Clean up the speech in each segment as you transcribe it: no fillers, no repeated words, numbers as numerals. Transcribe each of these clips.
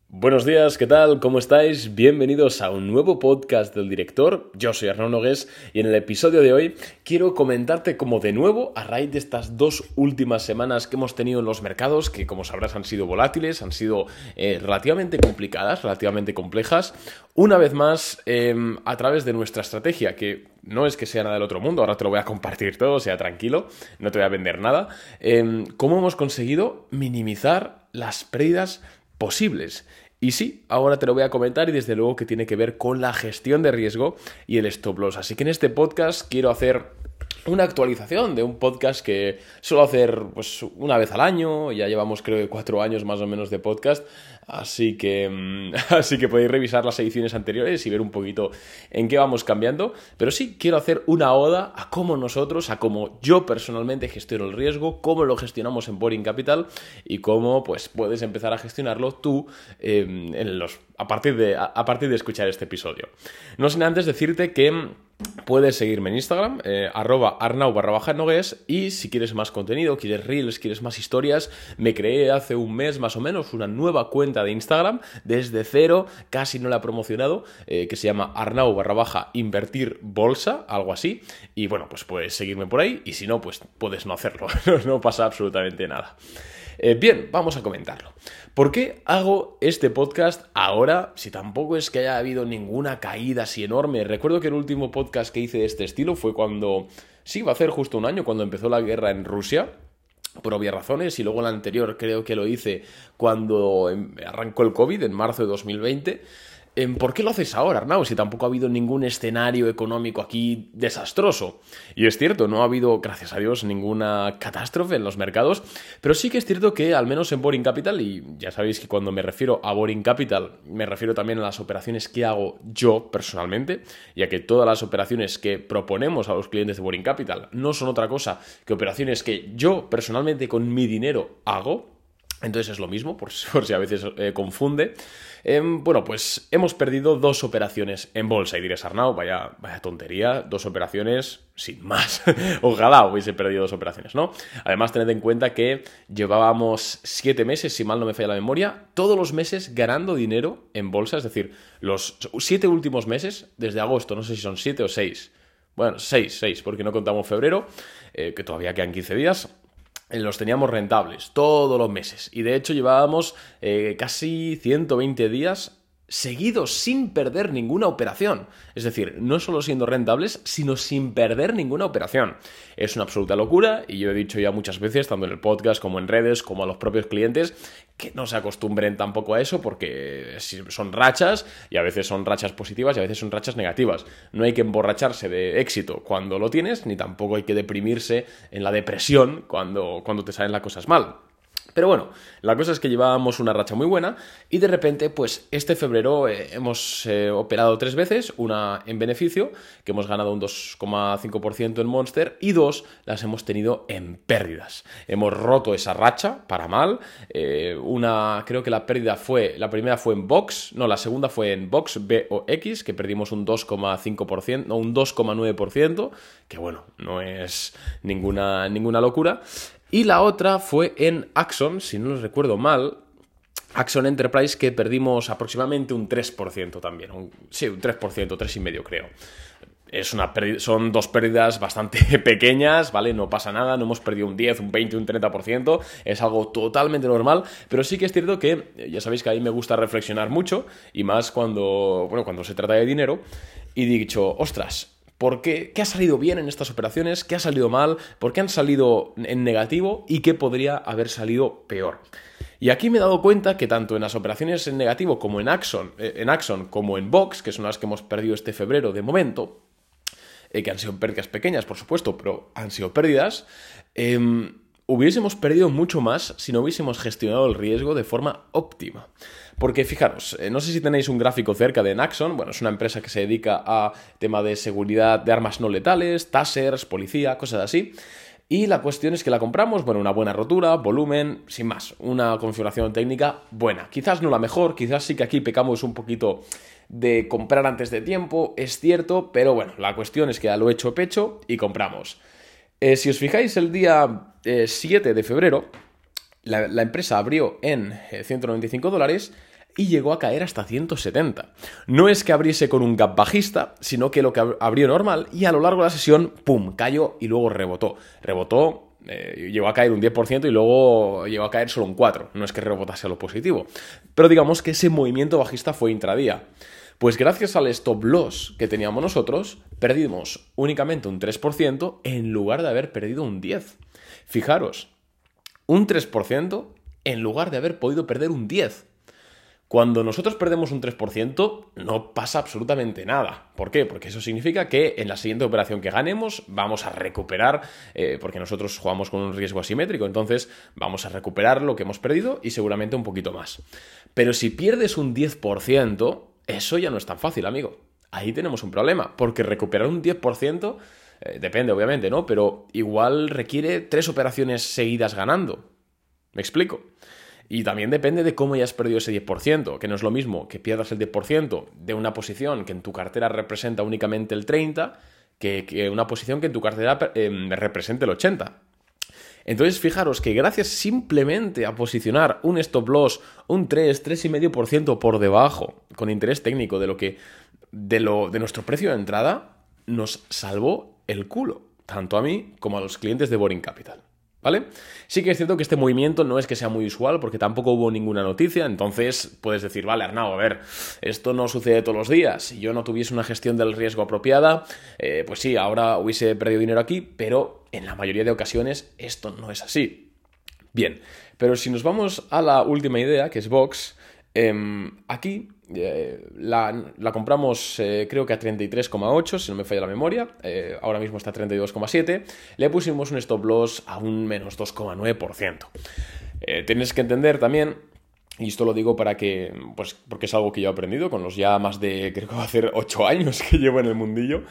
Buenos días, ¿qué tal? ¿Cómo estáis? Bienvenidos a un nuevo podcast del director. Yo soy Arnau Nogués y en el episodio de hoy quiero comentarte como de nuevo, a raíz de estas dos últimas semanas que hemos tenido en los mercados, que como sabrás han sido volátiles, han sido relativamente complicadas, relativamente complejas, una vez más a través de nuestra estrategia, que no es que sea nada del otro mundo, ahora te lo voy a compartir todo, sea tranquilo, no te voy a vender nada, cómo hemos conseguido minimizar las pérdidas posibles. Y sí, ahora te lo voy a comentar y desde luego que tiene que ver con la gestión de riesgo y el stop loss. Así que en este podcast quiero hacer una actualización de un podcast que suelo hacer pues una vez al año. Ya llevamos creo que 4 años más o menos de podcast, así que podéis revisar las ediciones anteriores y ver un poquito en qué vamos cambiando. Pero sí, quiero hacer una oda a cómo nosotros, a cómo yo personalmente gestiono el riesgo, cómo lo gestionamos en Boring Capital y cómo pues puedes empezar a gestionarlo tú a partir de escuchar este episodio. No sin antes decirte que puedes seguirme en Instagram, @arnau_nogues, y si quieres más contenido, quieres reels, quieres más historias, me creé hace un mes más o menos una nueva cuenta de Instagram desde cero, casi no la he promocionado, que se llama Arnau_invertir bolsa, algo así, y bueno, pues puedes seguirme por ahí, y si no, pues puedes no hacerlo, no pasa absolutamente nada. Bien, vamos a comentarlo. ¿Por qué hago este podcast ahora, si tampoco es que haya habido ninguna caída así enorme? Recuerdo que el último podcast que hice de este estilo fue cuando, sí, va a hacer justo un año, cuando empezó la guerra en Rusia, por obvias razones, y luego el anterior creo que lo hice cuando arrancó el COVID, en marzo de 2020. ¿Por qué lo haces ahora, Arnau? Si tampoco ha habido ningún escenario económico aquí desastroso. Y es cierto, no ha habido, gracias a Dios, ninguna catástrofe en los mercados, pero sí que es cierto que, al menos en Boring Capital, y ya sabéis que cuando me refiero a Boring Capital, me refiero también a las operaciones que hago yo personalmente, ya que todas las operaciones que proponemos a los clientes de Boring Capital no son otra cosa que operaciones que yo personalmente con mi dinero hago. Entonces es lo mismo, por si a veces confunde. Bueno, pues hemos perdido 2 operaciones en bolsa. Y diréis, Arnau, vaya tontería, 2 operaciones sin más. Ojalá hubiese perdido 2 operaciones, ¿no? Además, tened en cuenta que llevábamos 7 meses, si mal no me falla la memoria, todos los meses ganando dinero en bolsa. Es decir, los 7 últimos meses, desde agosto, no sé si son 7 o 6. Bueno, 6, porque no contamos febrero, que todavía quedan 15 días. Los teníamos rentables todos los meses y de hecho llevábamos casi 120 días seguidos sin perder ninguna operación. Es decir, no solo siendo rentables, sino sin perder ninguna operación. Es una absoluta locura y yo he dicho ya muchas veces, tanto en el podcast como en redes, como a los propios clientes, que no se acostumbren tampoco a eso porque son rachas y a veces son rachas positivas y a veces son rachas negativas. No hay que emborracharse de éxito cuando lo tienes, ni tampoco hay que deprimirse en la depresión cuando te salen las cosas mal. Pero bueno, la cosa es que llevábamos una racha muy buena y de repente, pues este febrero hemos operado 3 veces, una en beneficio, que hemos ganado un 2,5% en Monster, y 2 las hemos tenido en pérdidas. Hemos roto esa racha para mal. Creo que la primera fue en Vox, no, la segunda fue en Vox, VOX, que perdimos un 2,5%, no, un 2,9%, que bueno, no es ninguna locura. Y la otra fue en Axon, si no lo recuerdo mal, Axon Enterprise, que perdimos aproximadamente un 3% también. Un 3%, 3,5% creo. Son 2 pérdidas bastante pequeñas, ¿vale? No pasa nada, no hemos perdido un 10, un 20, un 30%, es algo totalmente normal, pero sí que es cierto que, ya sabéis que a mí me gusta reflexionar mucho, y más cuando se trata de dinero, y he dicho, ostras, ¿por qué? ¿Qué ha salido bien en estas operaciones? ¿Qué ha salido mal? ¿Por qué han salido en negativo? ¿Y qué podría haber salido peor? Y aquí me he dado cuenta que tanto en las operaciones en negativo como en Axon como en Vox, que son las que hemos perdido este febrero de momento, que han sido pérdidas pequeñas, por supuesto, pero han sido pérdidas, hubiésemos perdido mucho más si no hubiésemos gestionado el riesgo de forma óptima. Porque fijaros, no sé si tenéis un gráfico cerca de Naxon, bueno, es una empresa que se dedica a tema de seguridad de armas no letales, tasers, policía, cosas así. Y la cuestión es que la compramos, bueno, una buena rotura, volumen, sin más, una configuración técnica buena. Quizás no la mejor, quizás sí que aquí pecamos un poquito de comprar antes de tiempo, es cierto, pero bueno, la cuestión es que ya lo he hecho pecho y compramos. Si os fijáis, el día 7 de febrero la empresa abrió en $195 y llegó a caer hasta 170. No es que abriese con un gap bajista, sino que lo que abrió normal y a lo largo de la sesión, ¡pum!, cayó y luego rebotó. Llegó a caer un 10% y luego llegó a caer solo un 4%. No es que rebotase a lo positivo. Pero digamos que ese movimiento bajista fue intradía. Pues gracias al stop loss que teníamos nosotros, perdimos únicamente un 3% en lugar de haber perdido un 10%. Fijaros, un 3% en lugar de haber podido perder un 10%. Cuando nosotros perdemos un 3%, no pasa absolutamente nada. ¿Por qué? Porque eso significa que en la siguiente operación que ganemos vamos a recuperar, porque nosotros jugamos con un riesgo asimétrico, entonces vamos a recuperar lo que hemos perdido y seguramente un poquito más. Pero si pierdes un 10%, eso ya no es tan fácil, amigo. Ahí tenemos un problema, porque recuperar un 10%, depende obviamente, ¿no? Pero igual requiere 3 operaciones seguidas ganando. ¿Me explico? Y también depende de cómo hayas perdido ese 10%, que no es lo mismo que pierdas el 10% de una posición que en tu cartera representa únicamente el 30%, que una posición que en tu cartera represente el 80%. Entonces, fijaros que gracias simplemente a posicionar un stop loss un 3,5% por debajo, con interés técnico de nuestro precio de entrada, nos salvó el culo, tanto a mí como a los clientes de Boring Capital. ¿Vale? Sí que es cierto que este movimiento no es que sea muy usual porque tampoco hubo ninguna noticia, entonces puedes decir, vale, Arnau, a ver, esto no sucede todos los días, si yo no tuviese una gestión del riesgo apropiada, pues sí, ahora hubiese perdido dinero aquí, pero en la mayoría de ocasiones esto no es así. Bien, pero si nos vamos a la última idea, que es Vox, aquí la compramos creo que a 33,8, si no me falla la memoria, ahora mismo está a 32,7, le pusimos un stop loss a un menos 2,9%. Tienes que entender también, y esto lo digo para que, pues porque es algo que yo he aprendido con los ya más de, creo que va a hacer 8 años que llevo en el mundillo,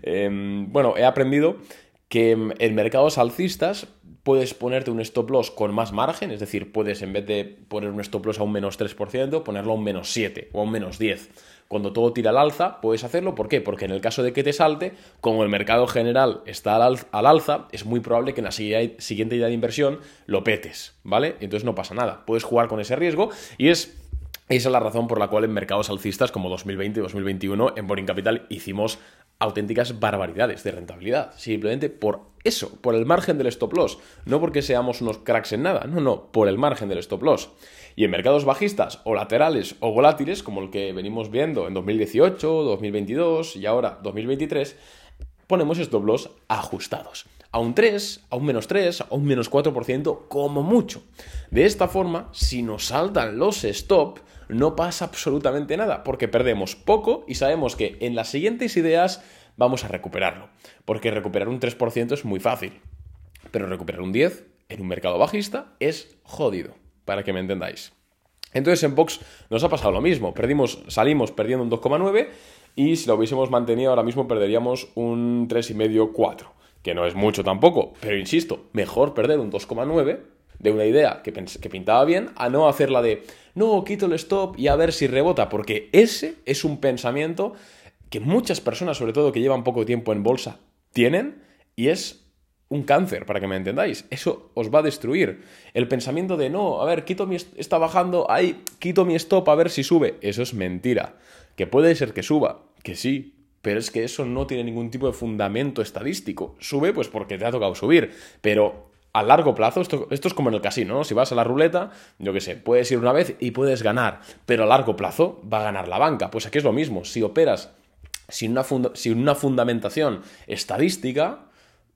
he aprendido que en mercados alcistas puedes ponerte un stop loss con más margen, es decir, puedes en vez de poner un stop loss a un menos 3%, ponerlo a un menos 7 o a un menos 10. Cuando todo tira al alza, puedes hacerlo. ¿Por qué? Porque en el caso de que te salte, como el mercado general está al alza, es muy probable que en la siguiente idea de inversión lo petes, ¿vale? Entonces no pasa nada. Puedes jugar con ese riesgo y esa es la razón por la cual en mercados alcistas como 2020 y 2021 en Boring Capital hicimos auténticas barbaridades de rentabilidad, simplemente por eso, por el margen del stop loss, no porque seamos unos cracks en nada, no, por el margen del stop loss. Y en mercados bajistas o laterales o volátiles, como el que venimos viendo en 2018, 2022 y ahora 2023, ponemos stop loss ajustados. A un 3, a un menos 3, a un menos 4% como mucho. De esta forma, si nos saltan los stop, no pasa absolutamente nada, porque perdemos poco y sabemos que en las siguientes ideas vamos a recuperarlo. Porque recuperar un 3% es muy fácil, pero recuperar un 10% en un mercado bajista es jodido, para que me entendáis. Entonces en Vox nos ha pasado lo mismo, salimos perdiendo un 2,9 y si lo hubiésemos mantenido ahora mismo perderíamos un 3,5, 4, que no es mucho tampoco, pero insisto, mejor perder un 2,9 de una idea que pintaba bien a no hacerla de no, quito el stop y a ver si rebota, porque ese es un pensamiento que muchas personas, sobre todo que llevan poco tiempo en bolsa, tienen y es un cáncer, para que me entendáis. Eso os va a destruir. El pensamiento de no, a ver, está bajando, ahí, quito mi stop a ver si sube. Eso es mentira. Que puede ser que suba, que sí, pero es que eso no tiene ningún tipo de fundamento estadístico. Sube pues porque te ha tocado subir, pero a largo plazo, esto es como en el casino, ¿no? Si vas a la ruleta, yo qué sé, puedes ir una vez y puedes ganar, pero a largo plazo va a ganar la banca. Pues aquí es lo mismo, si operas sin una fundamentación estadística,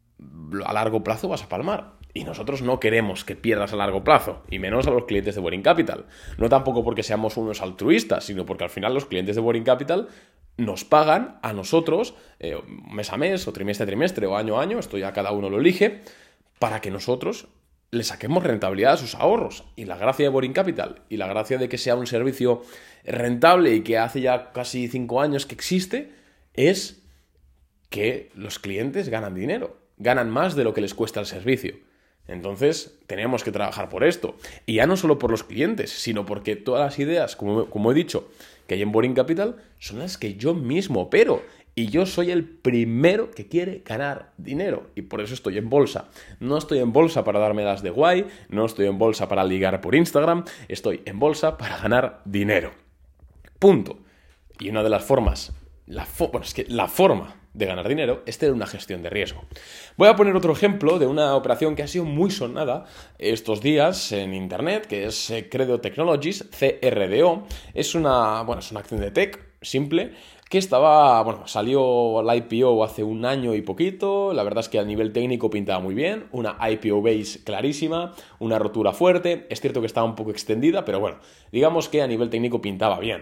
a largo plazo vas a palmar. Y nosotros no queremos que pierdas a largo plazo, y menos a los clientes de Boring Capital. No tampoco porque seamos unos altruistas, sino porque al final los clientes de Boring Capital nos pagan a nosotros mes a mes, o trimestre a trimestre, o año a año, esto ya cada uno lo elige, para que nosotros le saquemos rentabilidad a sus ahorros. Y la gracia de Boring Capital, y la gracia de que sea un servicio rentable y que hace ya casi 5 años que existe, es que los clientes ganan dinero, ganan más de lo que les cuesta el servicio. Entonces, tenemos que trabajar por esto. Y ya no solo por los clientes, sino porque todas las ideas, como he dicho, que hay en Boring Capital, son las que yo mismo opero. Y yo soy el primero que quiere ganar dinero y por eso estoy en bolsa. No estoy en bolsa para dármelas de guay, no estoy en bolsa para ligar por Instagram, estoy en bolsa para ganar dinero. Punto. Y una de las formas, la forma de ganar dinero es tener una gestión de riesgo. Voy a poner otro ejemplo de una operación que ha sido muy sonada estos días en internet, que es Credo Technologies, CRDO. Es una acción de tech simple que salió la IPO hace un año y poquito. La verdad es que a nivel técnico pintaba muy bien, una IPO base clarísima, una rotura fuerte. Es cierto que estaba un poco extendida, pero bueno, digamos que a nivel técnico pintaba bien.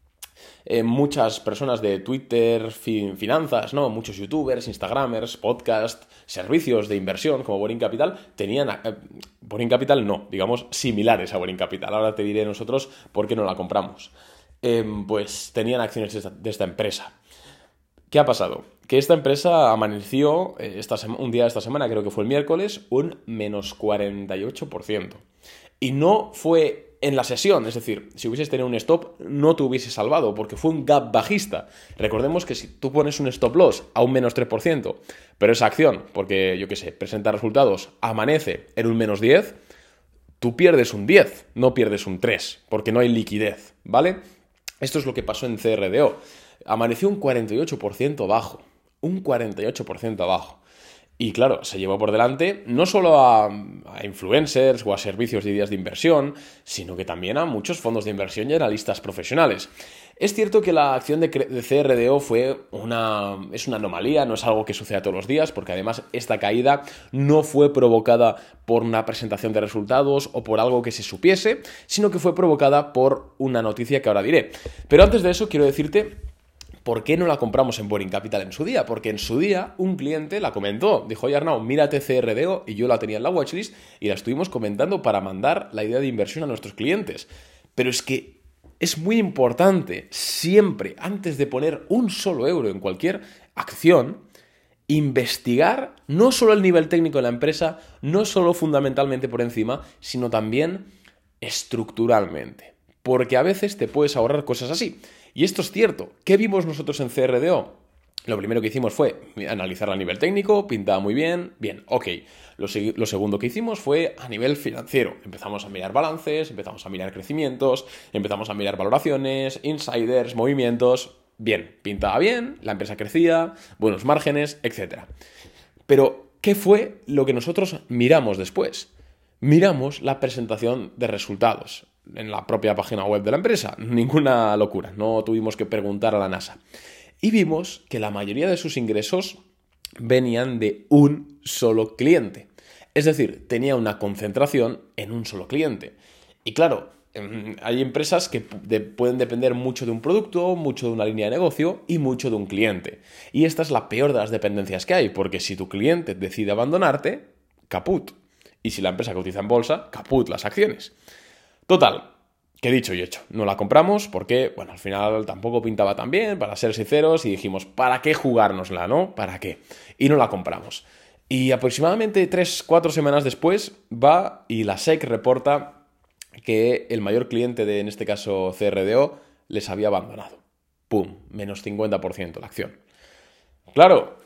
Muchas personas de Twitter, finanzas, ¿no? Muchos youtubers, instagramers, podcast, servicios de inversión como Boring Capital tenían, Boring Capital no, digamos similares a Boring Capital. Ahora te diré nosotros por qué no la compramos. Pues tenían acciones de esta empresa. ¿Qué ha pasado? Que esta empresa amaneció un día de esta semana, creo que fue el miércoles, un menos 48%. Y no fue en la sesión, es decir, si hubieses tenido un stop, no te hubiese salvado, porque fue un gap bajista. Recordemos que si tú pones un stop loss a un menos 3%, pero esa acción, porque yo qué sé, presenta resultados, amanece en un menos 10, tú pierdes un 10, no pierdes un 3, porque no hay liquidez, ¿vale? Esto es lo que pasó en CRDO. Amaneció un 48% abajo, un 48% abajo. Y claro, se llevó por delante no solo a influencers o a servicios de ideas de inversión, sino que también a muchos fondos de inversión y analistas profesionales. Es cierto que la acción de CRDO es una anomalía, no es algo que suceda todos los días, porque además esta caída no fue provocada por una presentación de resultados o por algo que se supiese, sino que fue provocada por una noticia que ahora diré. Pero antes de eso quiero decirte ¿por qué no la compramos en Boring Capital en su día? Porque en su día un cliente la comentó. Dijo, oye Arnau, mírate CRDO, y yo la tenía en la watchlist y la estuvimos comentando para mandar la idea de inversión a nuestros clientes. Pero es que es muy importante siempre, antes de poner un solo euro en cualquier acción, investigar no solo el nivel técnico de la empresa, no solo fundamentalmente por encima, sino también estructuralmente. Porque a veces te puedes ahorrar cosas así. Y esto es cierto. ¿Qué vimos nosotros en CRDO? Lo primero que hicimos fue analizarla a nivel técnico, pintaba muy bien, ok. Lo segundo que hicimos fue a nivel financiero. Empezamos a mirar balances, empezamos a mirar crecimientos, empezamos a mirar valoraciones, insiders, movimientos. Bien, pintaba bien, la empresa crecía, buenos márgenes, etc. Pero, ¿qué fue lo que nosotros miramos después? Miramos la presentación de resultados en la propia página web de la empresa. Ninguna locura, no tuvimos que preguntar a la NASA. Y vimos que la mayoría de sus ingresos venían de un solo cliente. Es decir, tenía una concentración en un solo cliente. Y claro, hay empresas que pueden depender mucho de un producto, mucho de una línea de negocio y mucho de un cliente. Y esta es la peor de las dependencias que hay, porque si tu cliente decide abandonarte, caput. Y si la empresa cotiza en bolsa, caput las acciones. Total, que dicho y hecho, no la compramos porque, al final tampoco pintaba tan bien, para ser sinceros, y dijimos, ¿para qué jugárnosla, no? ¿Para qué? Y no la compramos. Y aproximadamente 3-4 semanas después va y la SEC reporta que el mayor cliente de, en este caso, CRDO, les había abandonado. ¡Pum! Menos 50% la acción. Claro,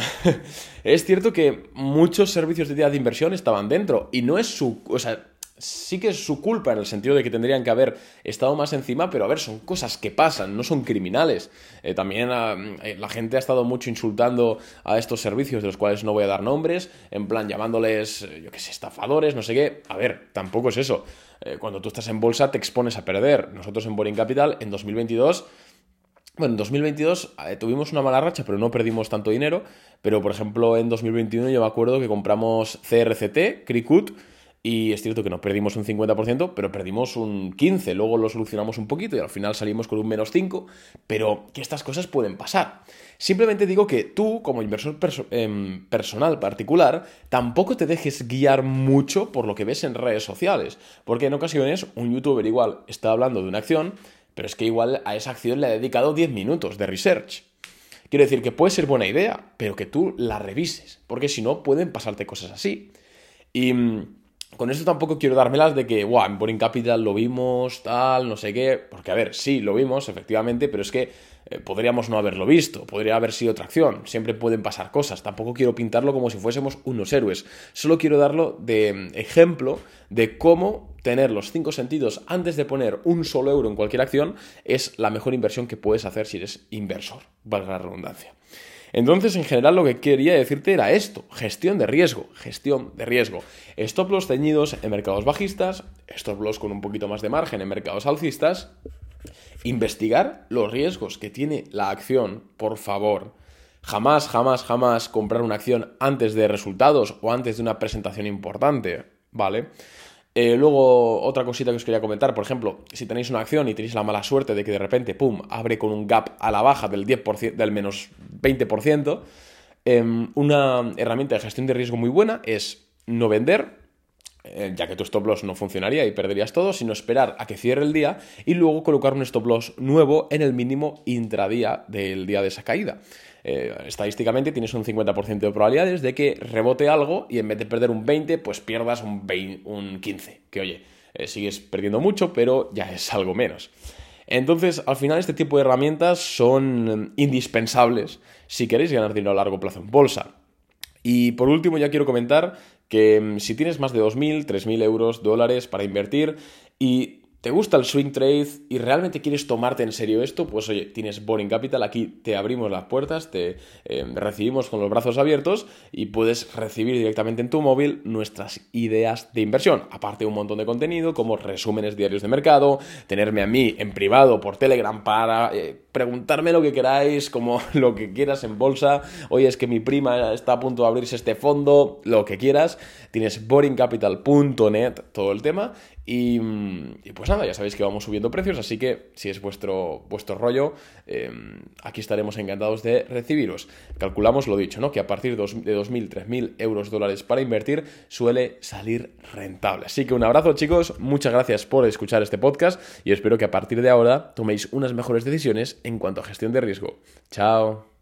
es cierto que muchos servicios de idea de inversión estaban dentro y no es sí que es su culpa en el sentido de que tendrían que haber estado más encima, pero a ver, son cosas que pasan, no son criminales. También la gente ha estado mucho insultando a estos servicios, de los cuales no voy a dar nombres, en plan llamándoles, estafadores, no sé qué. A ver, tampoco es eso. Cuando tú estás en bolsa te expones a perder. Nosotros en Boring Capital, en 2022... en 2022 tuvimos una mala racha, pero no perdimos tanto dinero. Pero, por ejemplo, en 2021 yo me acuerdo que compramos CRCT, Cricut, y es cierto que no perdimos un 50%, pero perdimos un 15%. Luego lo solucionamos un poquito y al final salimos con un menos 5%. Pero que estas cosas pueden pasar. Simplemente digo que tú, como inversor personal particular, tampoco te dejes guiar mucho por lo que ves en redes sociales. Porque en ocasiones un youtuber igual está hablando de una acción, pero es que igual a esa acción le ha dedicado 10 minutos de research. Quiero decir que puede ser buena idea, pero que tú la revises, porque si no pueden pasarte cosas así. Y Con esto tampoco quiero dármelas de que, en Boring Capital lo vimos, tal, no sé qué. Porque, a ver, sí, lo vimos, efectivamente, pero es que podríamos no haberlo visto, podría haber sido otra acción. Siempre pueden pasar cosas. Tampoco quiero pintarlo como si fuésemos unos héroes. Solo quiero darlo de ejemplo de cómo tener los 5 sentidos antes de poner un solo euro en cualquier acción es la mejor inversión que puedes hacer si eres inversor, valga la redundancia. Entonces, en general, lo que quería decirte era esto: gestión de riesgo, gestión de riesgo. Stop loss ceñidos en mercados bajistas, stop loss con un poquito más de margen en mercados alcistas. Investigar los riesgos que tiene la acción, por favor. Jamás, jamás, jamás comprar una acción antes de resultados o antes de una presentación importante, ¿vale? Luego, otra cosita que os quería comentar, por ejemplo, si tenéis una acción y tenéis la mala suerte de que de repente, ¡pum!, abre con un gap a la baja del 10%, del menos 20%, una herramienta de gestión de riesgo muy buena es no vender, ya que tu stop loss no funcionaría y perderías todo, sino esperar a que cierre el día y luego colocar un stop loss nuevo en el mínimo intradía del día de esa caída. Estadísticamente tienes un 50% de probabilidades de que rebote algo y en vez de perder un 20, pues pierdas un 15, que oye, sigues perdiendo mucho, pero ya es algo menos. Entonces, al final, este tipo de herramientas son indispensables si queréis ganar dinero a largo plazo en bolsa. Y por último, ya quiero comentar que si tienes más de 2.000, 3.000 euros, dólares para invertir y te gusta el swing trade y realmente quieres tomarte en serio esto, pues oye, tienes Boring Capital, aquí te abrimos las puertas, te recibimos con los brazos abiertos y puedes recibir directamente en tu móvil nuestras ideas de inversión. Aparte, un montón de contenido como resúmenes diarios de mercado, tenerme a mí en privado por Telegram para preguntarme lo que queráis, como lo que quieras en bolsa. Oye, es que mi prima está a punto de abrirse este fondo, lo que quieras. Tienes boringcapital.net, todo el tema. Y pues nada, ya sabéis que vamos subiendo precios, así que si es vuestro rollo, aquí estaremos encantados de recibiros. Calculamos lo dicho, ¿no? Que a partir de 2.000, 3.000 euros, dólares para invertir suele salir rentable. Así que un abrazo, chicos, muchas gracias por escuchar este podcast y espero que a partir de ahora toméis unas mejores decisiones en cuanto a gestión de riesgo. Chao.